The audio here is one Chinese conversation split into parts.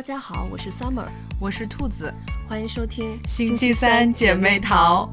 大家好，我是 Summer， 我是兔子， 欢迎收听星期三姐妹淘。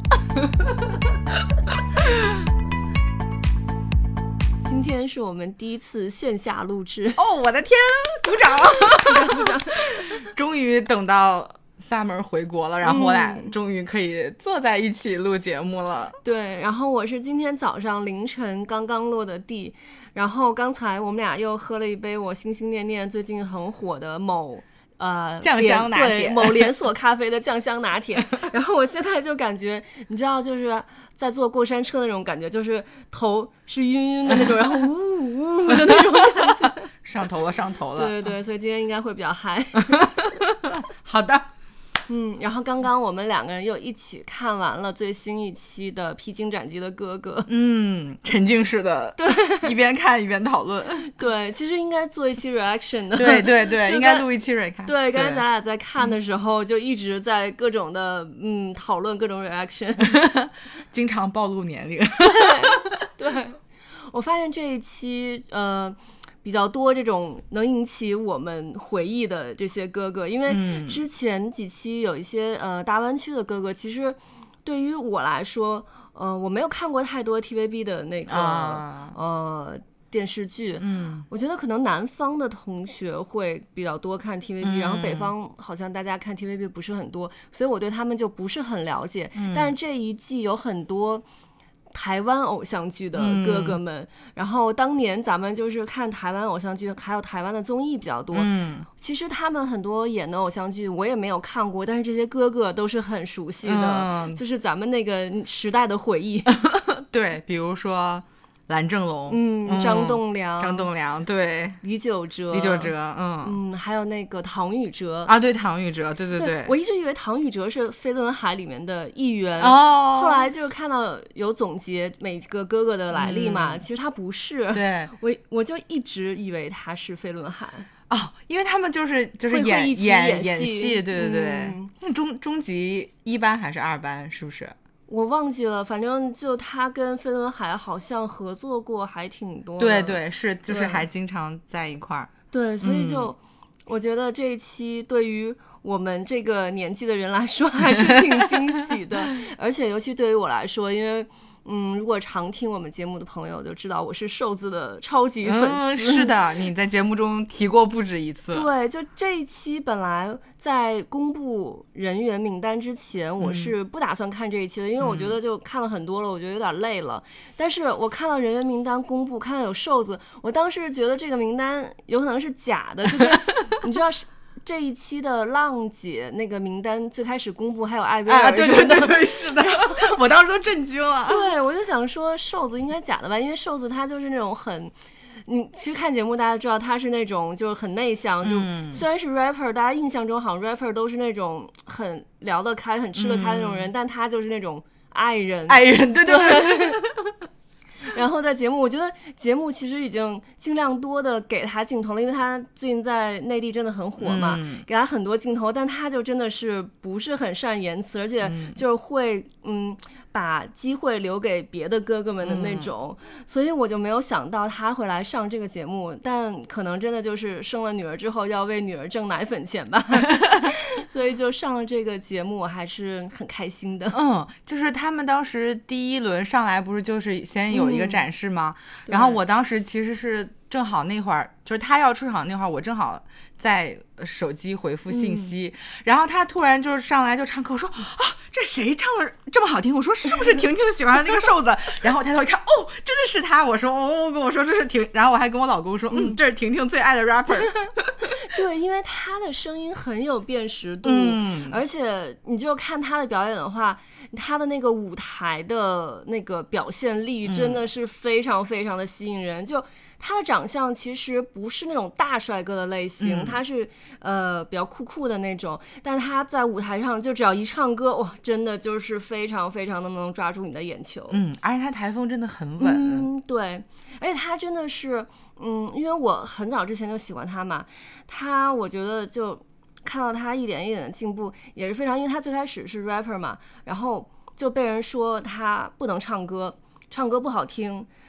今天是我们第一次线下录制哦，我的天，鼓掌！ 鼓掌终于等到 Summer 回国了，然后我俩终于可以坐在一起录节目了。 对，然后我是今天早上凌晨刚刚落的地，然后刚才我们俩又喝了一杯我心心念念最近很火的某酱香拿铁， 对，某连锁咖啡的酱香拿铁。然后我现在就感觉，你知道，就是在坐过山车那种感觉，就是头是晕晕的那种，然后呜的那种感觉。 上头了，上头了。 对对对，所以今天应该会比较嗨。 好的。 然后刚刚我们两个人又一起看完了最新一期的《披荆斩棘的哥哥》。 沉浸式的，对，一边看一边讨论。 对，其实应该做一期 reaction 的。 对对对，应该录一期 reaction。 对，刚才咱俩在看的时候，就一直在各种的讨论各种 reaction， 经常暴露年龄。 对，我发现这一期比较多这种能引起我们回忆的这些哥哥，因为之前几期有一些大湾区的哥哥，其实对于我来说，我没有看过太多 TVB 的那个电视剧，我觉得可能南方的同学会比较多看 TVB，然后北方好像大家看 TVB 不是很多，所以我对他们就不是很了解。但是这一季有很多台湾偶像剧的哥哥们，然后当年咱们就是看台湾偶像剧还有台湾的综艺比较多，其实他们很多演的偶像剧我也没有看过，但是这些哥哥都是很熟悉的，就是咱们那个时代的回忆。 对，比如说蓝正龙， 张栋梁， 对， 李玖哲，还有那个唐禹哲啊，对，唐禹哲，对， 我一直以为唐禹哲是飞轮海里面的一员，后来就是看到有总结每个哥哥的来历嘛，其实他不是， 对， 我就一直以为他是飞轮海。 因为他们就是演戏，对，那中级一班还是二班，是不是？ 我忘记了，反正就他跟飞轮海好像合作过还挺多的。 对，是，就是还经常在一块儿。 对，所以就我觉得这一期对于我们这个年纪的人来说还是挺惊喜的，而且尤其对于我来说，因为如果常听我们节目的朋友就知道我是瘦子的超级粉丝。 是的，你在节目中提过不止一次。 对，就这一期本来在公布人员名单之前，我是不打算看这一期的，因为我觉得就看了很多了，我觉得有点累了。但是我看到人员名单公布，看到有瘦子，我当时觉得这个名单有可能是假的，就跟你知道这一期的浪姐那个名单最开始公布还有艾薇儿什么的， 对，是的，我当时都震惊了。 对，我就想说瘦子应该假的吧，因为瘦子他就是那种你其实看节目大家知道他是那种就很内向，就虽然是 rapper， 大家印象中好像 rapper 都是那种很聊得开很吃得开那种人，但他就是那种爱人，对。然后在节目，我觉得节目其实已经尽量多的给他镜头了，因为他最近在内地真的很火嘛，给他很多镜头，但他就真的是不是很善言辞，而且就是会把机会留给别的哥哥们的那种，所以我就没有想到他会来上这个节目，但可能真的就是生了女儿之后要为女儿挣奶粉钱吧。所以就上了这个节目，我还是很开心的。 就是他们当时第一轮上来不是就是先有一个展示吗？然后我当时其实是正好那会儿，就是他要出场那会儿，我正好在手机回复信息，然后他突然就是上来就唱歌，我说这谁唱的这么好听？我说是不是婷婷喜欢的那个瘦子？然后我抬头一看，真的是他！我说跟我说这是婷，然后我还跟我老公说，这是婷婷最爱的 rapper。 对，因为他的声音很有辨识度，而且你就看他的表演的话，他的那个舞台的那个表现力真的是非常非常的吸引人。就他的长相其实不是那种大帅哥的类型，他是比较酷的那种，但他在舞台上就只要一唱歌，哇，真的就是非常非常的能抓住你的眼球。 而且他台风真的很稳。 对，而且他真的是因为我很早之前就喜欢他嘛，我觉得就看到他一点一点的进步也是非常，因为他最开始是 rapper 嘛，然后就被人说他不能唱歌不好听，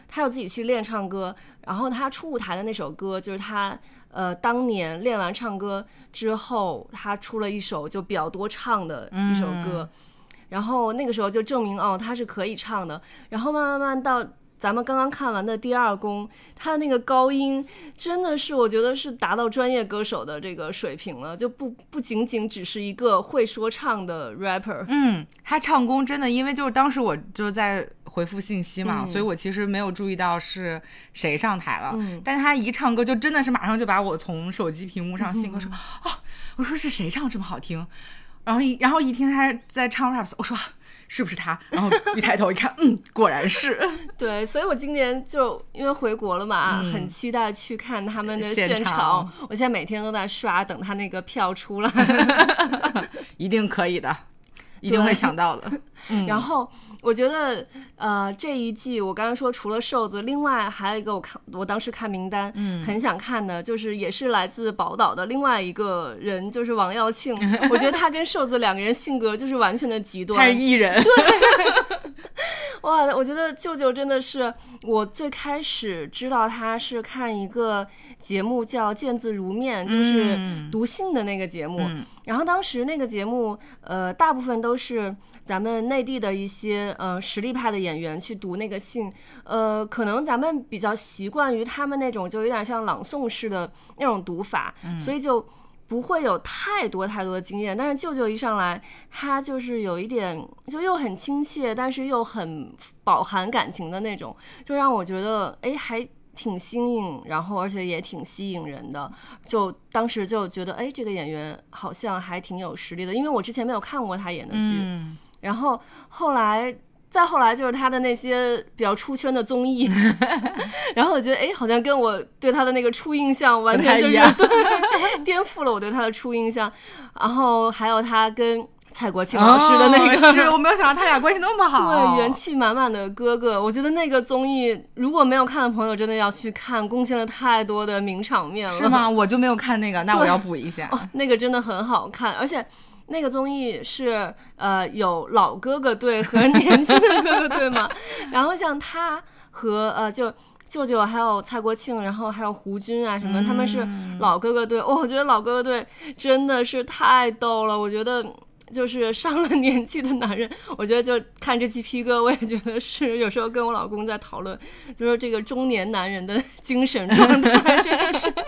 他又自己去练唱歌，然后他出舞台的那首歌就是他当年练完唱歌之后，他出了一首就比较多唱的一首歌，然后那个时候就证明他是可以唱的，然后慢慢到咱们刚刚看完的第二宫，他的那个高音真的是我觉得是达到专业歌手的这个水平了，就不仅仅只是一个会说唱的 rapper。 他唱功真的，因为就是当时我就在回复信息嘛，所以我其实没有注意到是谁上台了，但是他一唱歌就真的是马上就把我从手机屏幕上信歌说我说是谁唱这么好听，然后一听他在唱 raps， 我说是不是他？然后一抬头一看，果然是。 对，所以我今年就因为回国了嘛，很期待去看他们的现场。我现在每天都在刷，等他那个票出来。 一定可以的，一定会抢到的。 然后我觉得这一季我刚刚说除了瘦子，另外还有一个我当时看名单很想看的，就是也是来自宝岛的另外一个人，就是王耀庆。我觉得他跟瘦子两个人性格就是完全的极端。 他是艺人。 对。哇，我觉得舅舅真的是我最开始知道他是看一个节目叫见字如面，就是读信的那个节目，然后当时那个节目大部分都是咱们内地的一些实力派的演员去读那个信，可能咱们比较习惯于他们那种就有点像朗诵式的那种读法，所以就不会有太多的经验。但是舅舅一上来他就是有一点就又很亲切，但是又很饱含感情的那种，就让我觉得还挺新颖，然后而且也挺吸引人的，就当时就觉得这个演员好像还挺有实力的，因为我之前没有看过他演的剧，然后再后来就是他的那些比较出圈的综艺然后我觉得好像跟我对他的那个初印象完全就是对颠覆了我对他的初印象。然后还有他跟蔡国庆老师的那个是我没有想到他俩关系那么好， 对，元气满满的哥哥。我觉得那个综艺如果没有看的朋友真的要去看，贡献了太多的名场面了。 是吗？我就没有看那个，那我要补一下。 那个真的很好看，而且那个综艺是有老哥哥队和年轻的哥哥队嘛然后像他和就舅舅还有蔡国庆，然后还有胡军啊什么，他们是老哥哥队。我觉得老哥哥队真的是太逗了，我觉得就是上了年纪的男人，我觉得就看这期 P 哥，我也觉得是有时候跟我老公在讨论，就说这个中年男人的精神状态真的是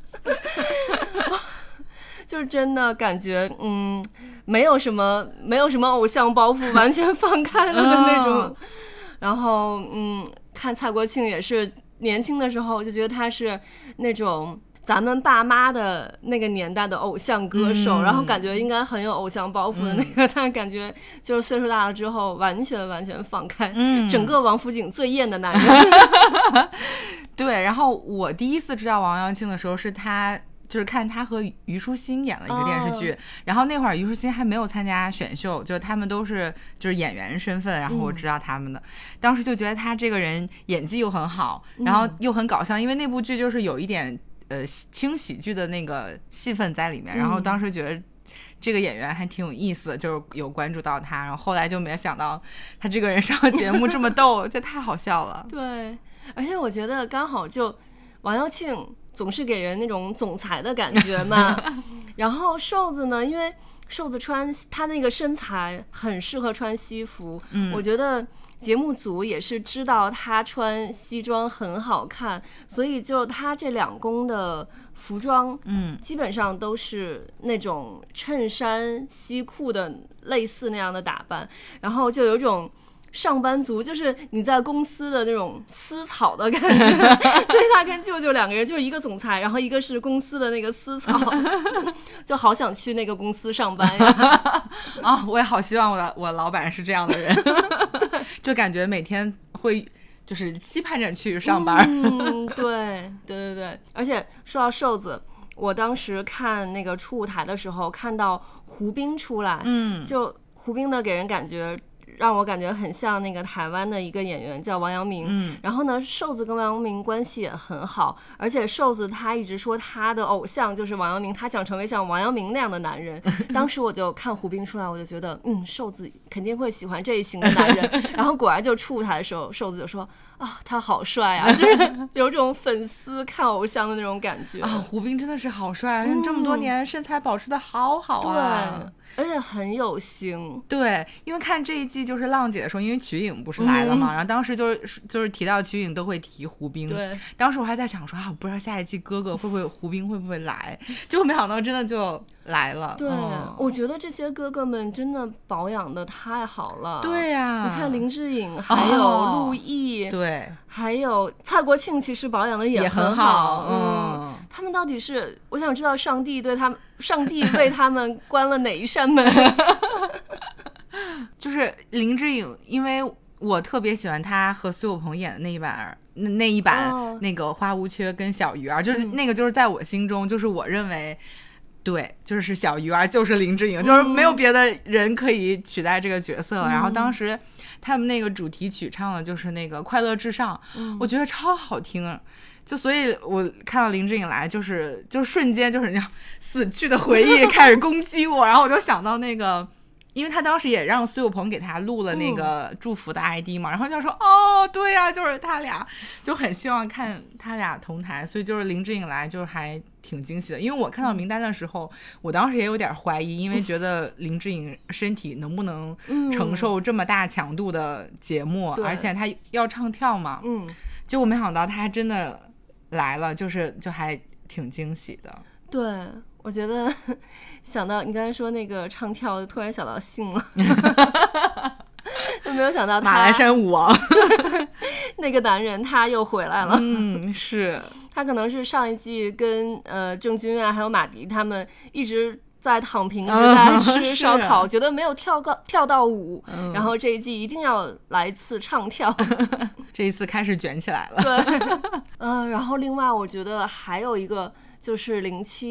就是真的感觉没有什么偶像包袱，完全放开了的那种然后看蔡国庆也是年轻的时候就觉得他是那种咱们爸妈的那个年代的偶像歌手，然后感觉应该很有偶像包袱的那个，但感觉就是岁数大了之后完全放开，整个王府井最艳的男人对，然后我第一次知道王耀庆的时候是他就是看他和虞书欣演了一个电视剧，然后那会儿虞书欣还没有参加选秀，就是他们都是就是演员身份，然后我知道他们的，当时就觉得他这个人演技又很好，然后又很搞笑，因为那部剧就是有一点轻喜剧的那个戏份在里面，然后当时觉得这个演员还挺有意思，就是有关注到他，然后后来就没想到他这个人上节目这么逗这太好笑了。 对，而且我觉得刚好就王耀庆总是给人那种总裁的感觉嘛然后瘦子呢，因为瘦子他那个身材很适合穿西服，我觉得节目组也是知道他穿西装很好看，所以就他这两宫的服装基本上都是那种衬衫西裤的类似那样的打扮，然后就有一种上班族就是你在公司的那种私草的感觉所以他跟舅舅两个人就是一个总裁，然后一个是公司的那个私草就好想去那个公司上班呀我也好希望我老板是这样的人就感觉每天会就是期盼着去上班对，而且说到瘦子，我当时看那个初舞台的时候看到胡兵出来，就胡兵的给人感觉让我感觉很像那个台湾的一个演员叫王阳明，然后呢瘦子跟王阳明关系也很好，而且瘦子他一直说他的偶像就是王阳明，他想成为像王阳明那样的男人。当时我就看胡兵出来，我就觉得瘦子肯定会喜欢这一型的男人，然后果然就触他的时候，瘦子就说啊他好帅啊，就是有种粉丝看偶像的那种感觉啊。胡兵真的是好帅啊，这么多年身材保持的好好啊。 对，而且很有型。 对，因为看这一季就是浪姐的时候，因为瞿颖不是来了嘛，然后当时就是提到瞿颖都会提胡兵。 对， 当时我还在想说不知道下一季哥哥会不会胡兵会不会来，结果没想到真的就来了。 对，我觉得这些哥哥们真的保养的太好了。 对呀， 你看林志颖还有陆毅， 对， 还有蔡国庆，其实保养的也很好。他们到底是，我想知道上帝为他们关了哪一扇门？ 就是林志颖，因为我特别喜欢他和苏有朋演的那一版那个花无缺跟小鱼儿，就是那个就是在我心中，就是我认为对，就是小鱼儿就是林志颖，就是没有别的人可以取代这个角色了。然后当时他们那个主题曲唱的就是那个快乐至上，我觉得超好听。就所以我看到林志颖来就瞬间就是那样死去的回忆开始攻击我，然后我就想到那个，因为他当时也让苏有朋给他录了那个祝福的 ID 嘛，然后就说对呀，就是他俩，就很希望看他俩同台，所以就是林志颖来就是还挺惊喜的。因为我看到名单的时候，我当时也有点怀疑，因为觉得林志颖身体能不能承受这么大强度的节目，而且他要唱跳嘛，结果没想到他还真的来了，就还挺惊喜的。 对，我觉得想到你刚才说那个唱跳，突然想到信了，都没有想到他马栏山舞王那个男人他又回来了。 是他可能是上一季跟郑钧啊还有马迪他们一直在躺平，一直在吃烧烤，觉得没有跳到舞，然后这一季一定要来一次唱跳， 这一次开始卷起来了。 对，然后另外我觉得还有一个就是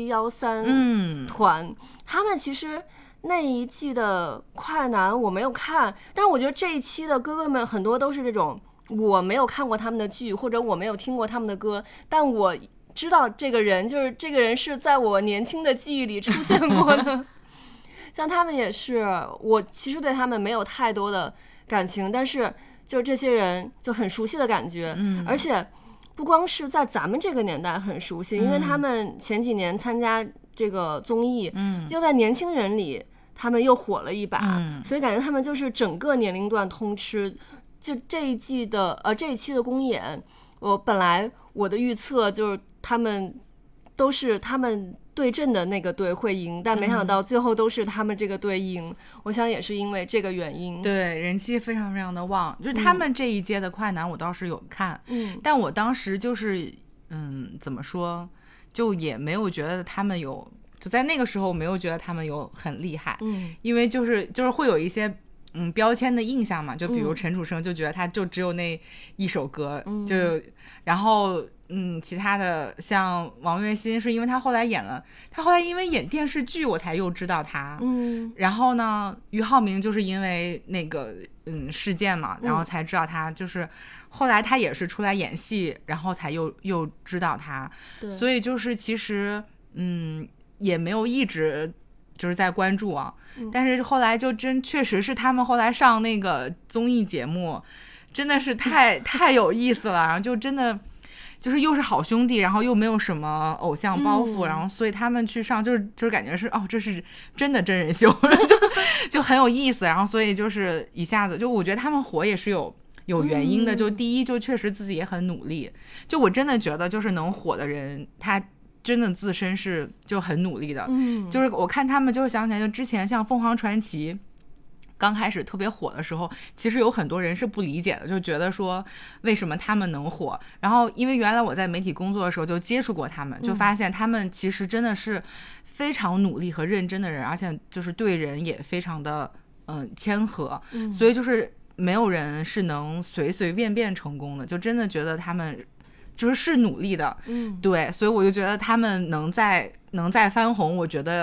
0713团，他们其实那一季的快男我没有看，但是我觉得这一期的哥哥们很多都是这种我没有看过他们的剧，或者我没有听过他们的歌，但我知道这个人，就是这个人是在我年轻的记忆里出现过的。像他们也是，我其实对他们没有太多的感情，但是就这些人就很熟悉的感觉，而且不光是在咱们这个年代很熟悉，因为他们前几年参加这个综艺，就在年轻人里他们又火了一把，所以感觉他们就是整个年龄段通吃。就这一期的公演，本来我的预测就是他们对阵的那个队会赢，但没想到最后都是他们这个队赢。我想也是因为这个原因， 对，人气非常非常的旺。就是他们这一届的快男我倒是有看，但我当时就是怎么说，就也没有觉得他们有，就在那个时候没有觉得他们有很厉害，因为就是会有一些标签的印象嘛，就比如陈楚生就觉得他就只有那一首歌，然后其他的像王栎鑫是因为他后来因为演电视剧我才又知道他，然后呢俞灏明就是因为那个事件嘛，然后才知道他，就是后来他也是出来演戏，然后才又知道他，所以就是其实也没有一直就是在关注啊，但是后来就确实是他们后来上那个综艺节目真的是太有意思了，然后就真的就是又是好兄弟，然后又没有什么偶像包袱，然后所以他们去上就是感觉是这是真的真人秀就很有意思，然后所以就是一下子就我觉得他们火也是有原因的，就第一就确实自己也很努力，就我真的觉得就是能火的人他真的自身是就很努力的，就是我看他们就是想起来，就之前像凤凰传奇刚开始特别火的时候，其实有很多人是不理解的，就觉得说为什么他们能火，然后因为原来我在媒体工作的时候就接触过他们，就发现他们其实真的是非常努力和认真的人，而且就是对人也非常的谦和，所以就是没有人是能随随便便成功的，就真的觉得他们是努力的，对，所以我就觉得他们能再翻红，我觉得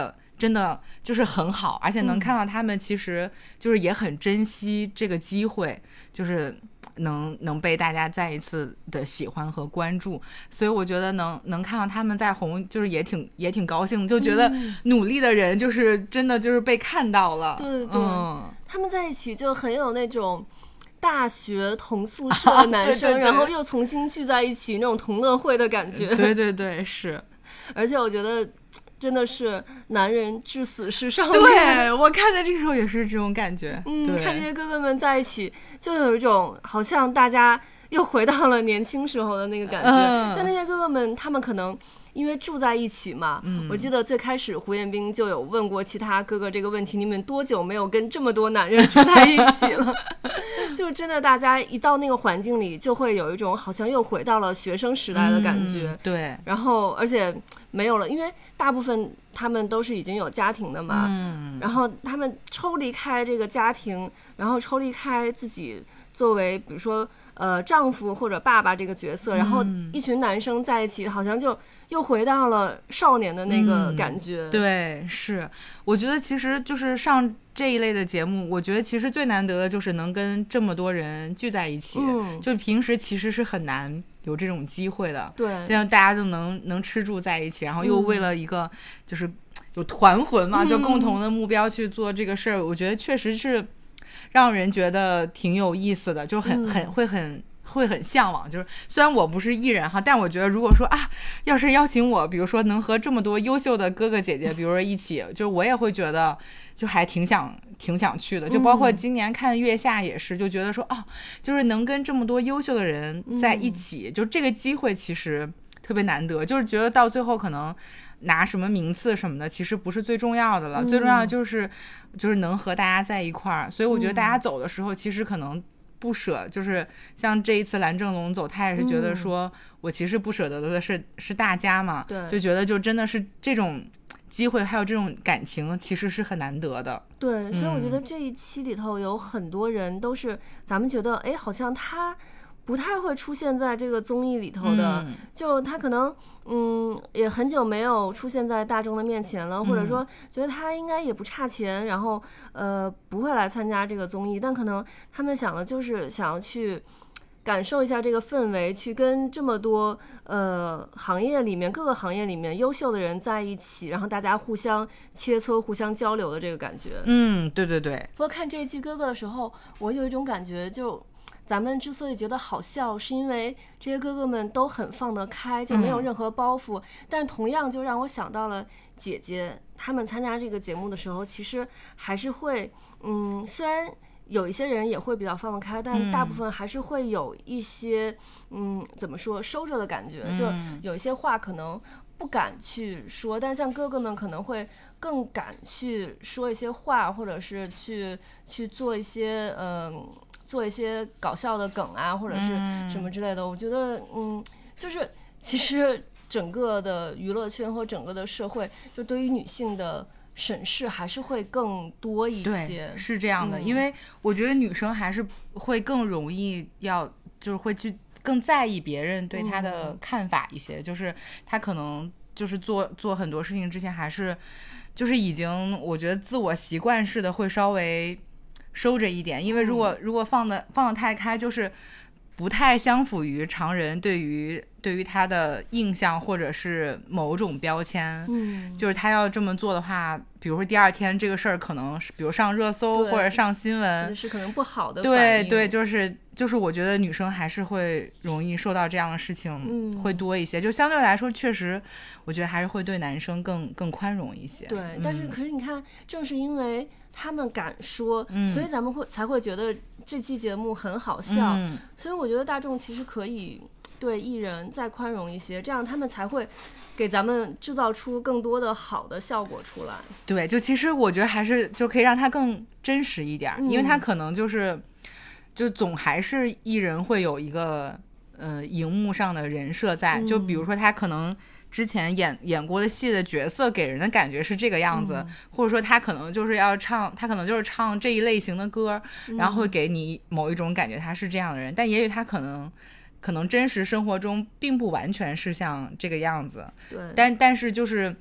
真的就是很好，而且能看到他们其实就是也很珍惜这个机会，就是能被大家再一次的喜欢和关注，所以我觉得能看到他们在红，就是也挺高兴，就觉得努力的人就是真的就是被看到了。 对对，他们在一起就很有那种大学同宿舍的男生， 对对对， 然后又重新聚在一起那种同乐会的感觉。 对对对，是。 而且我觉得真的是男人至死是少年。 对，我看的这时候也是这种感觉。 看这些哥哥们在一起，就有一种好像大家又回到了年轻时候的那个感觉。就那些哥哥们，他们可能因为住在一起嘛，我记得最开始胡彦斌就有问过其他哥哥这个问题，你们多久没有跟这么多男人住在一起了？就真的大家一到那个环境里，就会有一种好像又回到了学生时代的感觉。 对， 然后而且没有了，因为大部分他们都是已经有家庭的嘛，然后他们抽离开这个家庭，然后抽离开自己作为比如说丈夫或者爸爸这个角色，然后一群男生在一起，好像就又回到了少年的那个感觉。 对，是，我觉得其实就是上这一类的节目，我觉得其实最难得的就是能跟这么多人聚在一起，就平时其实是很难有这种机会的。 对， 这样大家就能吃住在一起，然后又为了一个就是有团魂嘛，就共同的目标去做这个事儿，我觉得确实是让人觉得挺有意思的，就会很向往。就是虽然我不是艺人哈，但我觉得如果说要是邀请我，比如说能和这么多优秀的哥哥姐姐，比如说一起，就我也会觉得就还挺想去的。就包括今年看月下也是，就觉得说就是能跟这么多优秀的人在一起，就这个机会其实特别难得，就是觉得到最后可能拿什么名次什么的其实不是最重要的了，最重要的就是能和大家在一块儿。所以我觉得大家走的时候其实可能不舍，就是像这一次蓝正龙走，他也是觉得说我其实不舍得的是大家嘛， 对， 就觉得就真的是这种机会还有这种感情其实是很难得的。 对，所以我觉得这一期里头有很多人都是咱们觉得好像他不太会出现在这个综艺里头的，就他可能也很久没有出现在大众的面前了，或者说觉得他应该也不差钱，然后不会来参加这个综艺，但可能他们想的就是想要去感受一下这个氛围，去跟这么多行业里面各个行业里面优秀的人在一起，然后大家互相切磋互相交流的这个感觉。 对对对。 不过看这一期哥哥的时候，我有一种感觉，就咱们之所以觉得好笑，是因为这些哥哥们都很放得开，就没有任何包袱。但同样就让我想到了姐姐他们参加这个节目的时候，其实还是会虽然有一些人也会比较放得开，但大部分还是会有一些怎么说收着的感觉，就有一些话可能不敢去说，但像哥哥们可能会更敢去说一些话，或者是去做一些做一些搞笑的梗啊，或者是什么之类的。我觉得就是其实整个的娱乐圈和整个的社会，就对于女性的审视还是会更多一些。 对，是这样的，因为我觉得女生还是会更容易就是会去更在意别人对她的看法一些，就是她可能就是做很多事情之前还是就是已经我觉得自我习惯式的会稍微收着一点，因为如果放得太开，就是不太相符于常人对于他的印象或者是某种标签。就是他要这么做的话，比如说第二天这个事儿可能是比如上热搜或者上新闻， 是可能不好的反应。 对，就是我觉得女生还是会容易受到这样的事情会多一些，就相对来说确实我觉得还是会对男生更宽容一些。 对，但是可是你看，正是因为他们敢说，所以咱们才会觉得这期节目很好笑。所以我觉得大众其实可以对艺人再宽容一些，这样他们才会给咱们制造出更多的好的效果出来。 对，就其实我觉得还是就可以让他更真实一点，因为他可能就总还是艺人会有一个荧幕上的人设在，就比如说他可能之前演过的戏的角色给人的感觉是这个样子，或者说他可能就是他可能就是唱这一类型的歌，然后会给你某一种感觉他是这样的人，但也许他可能真实生活中并不完全是像这个样子。 对， 但是就是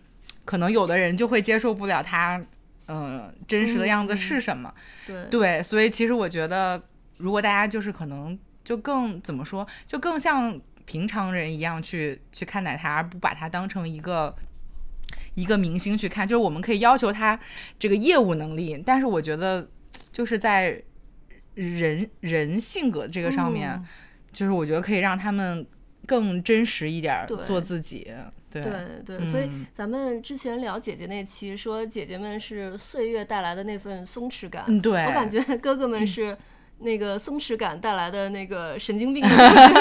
可能有的人就会接受不了他真实的样子是什么。对，所以其实我觉得如果大家就是可能就更怎么说，就更像平常人一样去看待他，而不把他当成一个明星去看。就是我们可以要求他这个业务能力，但是我觉得就是在人性格这个上面，就是我觉得可以让他们更真实一点，做自己。对， 所以咱们之前聊姐姐那期说姐姐们是岁月带来的那份松弛感， 对， 我感觉哥哥们是那个松弛感带来的那个神经病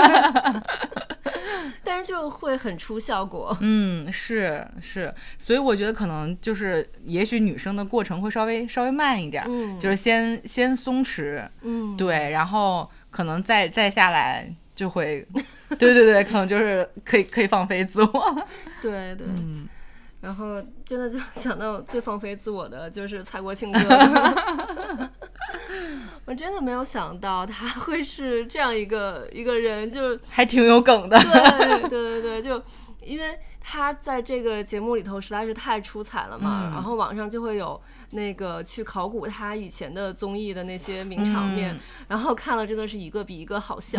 但是就会很出效果。 是，所以我觉得可能就是也许女生的过程会稍微慢一点，就是先松弛，对，然后可能再下来就会对，可能就是可以放飞自我。 对，然后真的就想到最放飞自我的就是蔡国庆哥哥我真的没有想到他会是这样一个人，就还挺有梗的。 对，就因为他在这个节目里头实在是太出彩了嘛，然后网上就会有那个去考古他以前的综艺的那些名场面，然后看了真的是一个比一个好笑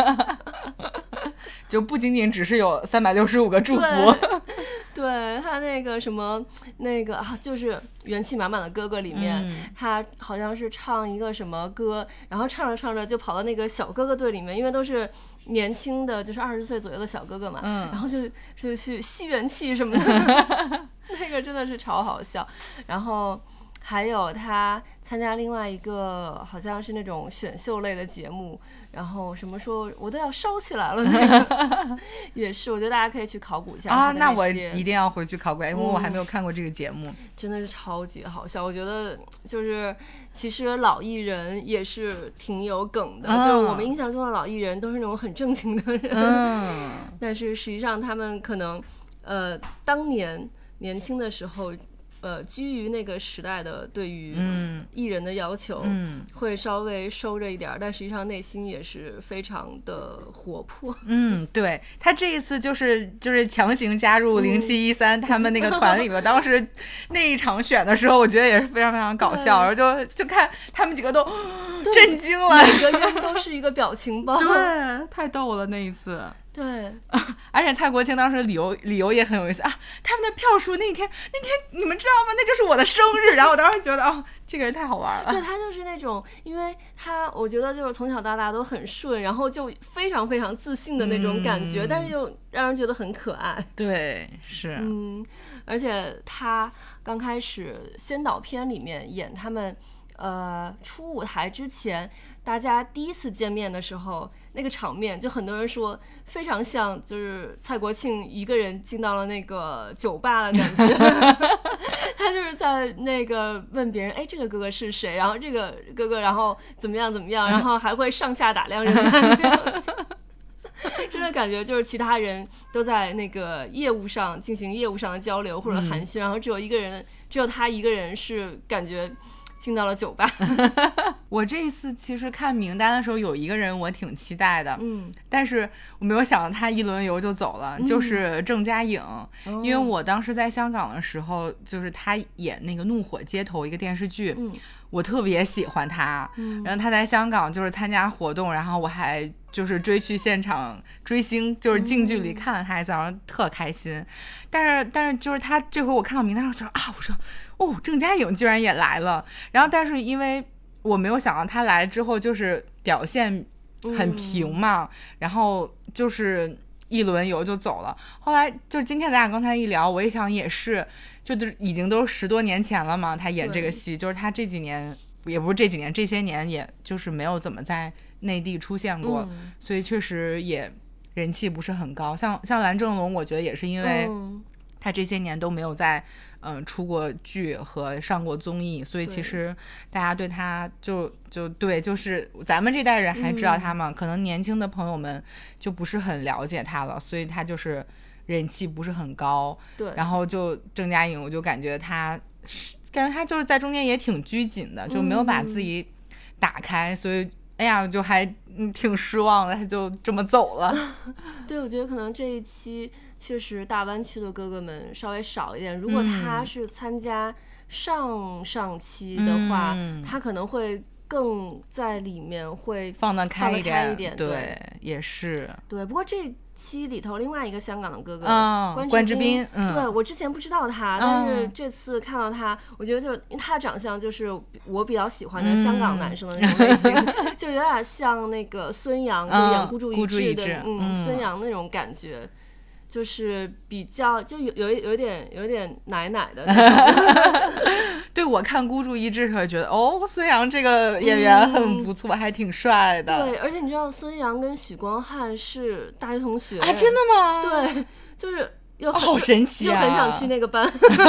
就不仅仅只是有365个祝福。 对，他那个什么那个就是元气满满的哥哥里面，他好像是唱一个什么歌，然后唱着唱着就跑到那个小哥哥队里面，因为都是年轻的，就是20岁左右的小哥哥嘛，然后就去吸元气什么的那个真的是超好笑。然后还有他参加另外一个好像是那种选秀类的节目，然后什么说我都要烧起来了那个也是，我觉得大家可以去考古一下那我一定要回去考古，因为我还没有看过这个节目。 真的是超级好笑。我觉得就是其实老艺人也是挺有梗的，就是我们印象中的老艺人都是那种很正经的人，但是实际上他们可能当年年轻的时候基于那个时代的对于艺人的要求，会稍微收着一点，但实际上内心也是非常的活泼。 对，他这一次就是强行加入0713他们那个团里边，当时那一场选的时候，我觉得也是非常非常搞笑，然后就看他们几个都震惊了， 每个人都是一个表情包， 对，太逗了那一次。 对， 而且蔡国庆当时的理由也很有意思啊！他们的票数那天你们知道吗？那就是我的生日。然后我当时觉得这个人太好玩了。 对，他就是那种，因为我觉得就是从小到大都很顺，然后就非常非常自信的那种感觉，但是又让人觉得很可爱。 对，是， 而且他刚开始先导片里面演他们出舞台之前，大家第一次见面的时候，那个场面就很多人说非常像就是蔡国庆一个人进到了那个酒吧的感觉他就是在那个问别人，哎，这个哥哥是谁，然后这个哥哥然后怎么样，然后还会上下打量人家真的感觉就是其他人都在那个业务上进行业务上的交流或者寒暄，然后只有他一个人是感觉进到了酒吧我这一次其实看名单的时候有一个人我挺期待的，但是我没有想到他一轮游就走了，就是郑嘉颖，因为我当时在香港的时候，就是他演那个《怒火街头》一个电视剧，我特别喜欢他，然后他在香港就是参加活动，然后我还就是追去现场追星，就是近距离看了他一次，然后特开心。但是就是他这回我看到名单上说我说郑嘉颖居然也来了，然后但是因为我没有想到他来之后就是表现很平嘛，然后就是一轮游就走了。后来就是今天咱俩刚才一聊，我一想也是，就是已经都10多年前了嘛，他演这个戏，就是他这几年也不是这几年，这些年也就是没有怎么在内地出现过，所以确实也人气不是很高。像蓝正龙，我觉得也是因为他这些年都没有在出过剧和上过综艺，所以其实大家对他就对，就是咱们这代人还知道他嘛，可能年轻的朋友们就不是很了解他了，所以他就是人气不是很高。 对， 然后就郑嘉颖，我就感觉他就是在中间也挺拘谨的，就没有把自己打开，所以哎呀，就还挺失望的，他就这么走了。 对，我觉得可能这一期确实大湾区的哥哥们稍微少一点。如果他是参加上期的话，他可能会更在里面会放得开一点。 对，也是。 对，不过这期里头另外一个香港的哥哥关之斌， 对，我之前不知道他，但是这次看到他，我觉得就是因为他的长相就是我比较喜欢的香港男生的那种类型，就有点像那个孙杨，就演孤注一掷的孙杨那种感觉。就是比较就有点奶的对，我看孤注一掷时候觉得孙杨这个演员很不错，还挺帅的。 对，而且你知道孙杨跟许光汉是大学同学啊？真的吗？ 对，就是好神奇啊，就很想去那个班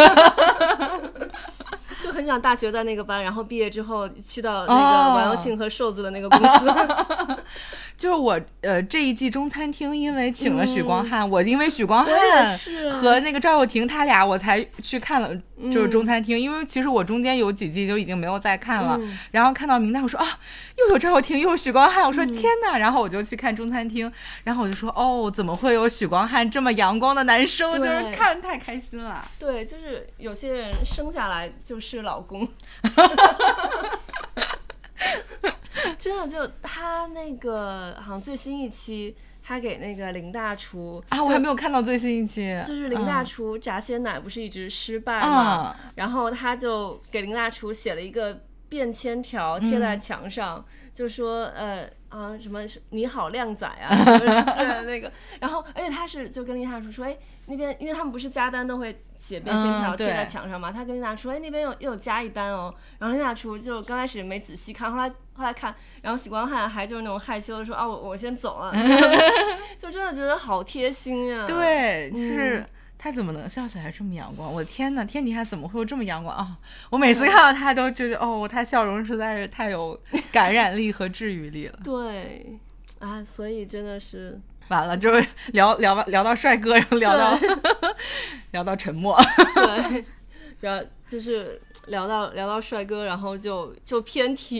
就很想大学在那个班，然后毕业之后去到那个王耀庆和瘦子的那个公司。 就是我这一季中餐厅因为请了许光汉，我因为许光汉和那个赵又廷他俩我才去看了就是中餐厅，因为其实我中间有几季就已经没有再看了，然后看到名单我说又有赵又廷又有许光汉，我说天哪，然后我就去看中餐厅，然后我就说怎么会有许光汉这么阳光的男生，就是看太开心了。 对，就是有些人生下来就是老公真的，就他那个好像最新一期他给那个林大厨我还没有看到最新一期， 就是林大厨炸鲜奶不是一直失败嘛，然后他就给林大厨写了一个便签条贴在墙上，就说什么你好靓仔啊那个，然后而且他是就跟林大厨说那边因为他们不是加单都会写便签条贴在墙上嘛，他跟林大厨说那边又有加一单哦，然后林大厨就刚开始没仔细看，后来看，然后许光汉还就是那种害羞的说我先走了就真的觉得好贴心呀。 对，就是他怎么能笑起来这么阳光？我的天哪，天底下怎么会有这么阳光我每次看到他都觉得他笑容实在是太有感染力和治愈力了。 对所以真的是完了，就是聊到帅哥，然后聊到沉默。 对，然后就是聊到帅哥，然后就偏题。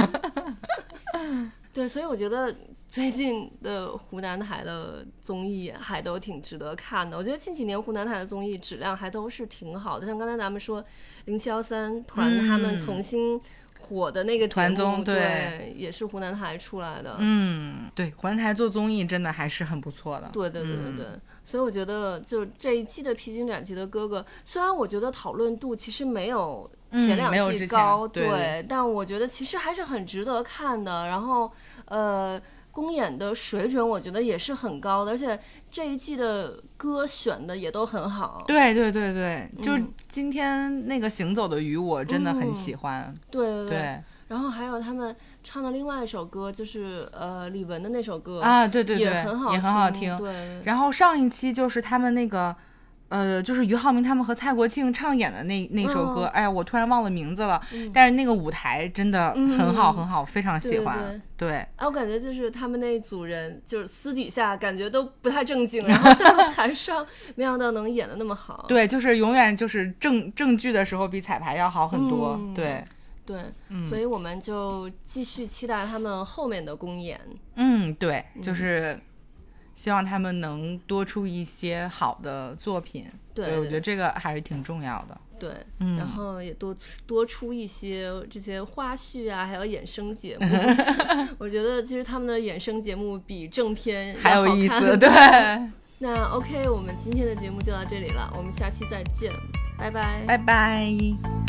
对，所以我觉得最近的湖南台的综艺还都挺值得看的。我觉得近几年湖南台的综艺质量还都是挺好的，像刚才咱们说0713团他们重新火的那个团综， 对，也是湖南台出来的。 对，湖南台做综艺真的还是很不错的。 对，所以我觉得就这一季的《披荆斩棘的哥哥》，虽然我觉得讨论度其实没有前2季高，对，但我觉得其实还是很值得看的。然后公演的水准我觉得也是很高的，而且这一季的歌选的也都很好。 对，就今天那个行走的鱼我真的很喜欢。对， 然后还有他们唱的另外一首歌就是李玟的那首歌对， 也很好听。对， 然后上一期就是他们那个就是于浩明他们和蔡国庆唱演的那首歌，哎呀，我突然忘了名字了，但是那个舞台真的很好很好，非常喜欢。对， 我感觉就是他们那一组人就是私底下感觉都不太正经，然后到了台上没想到能演得那么好。 对，就是永远就是正剧的时候比彩排要好很多。 对，所以我们就继续期待他们后面的公演。 对，就是希望他们能多出一些好的作品。对，我觉得这个还是挺重要的。 对，然后也多出一些这些花絮啊，还有衍生节目。我觉得其实他们的衍生节目比正片还有意思。对， 那 OK， 我们今天的节目就到这里了，我们下期再见，拜拜， 拜拜。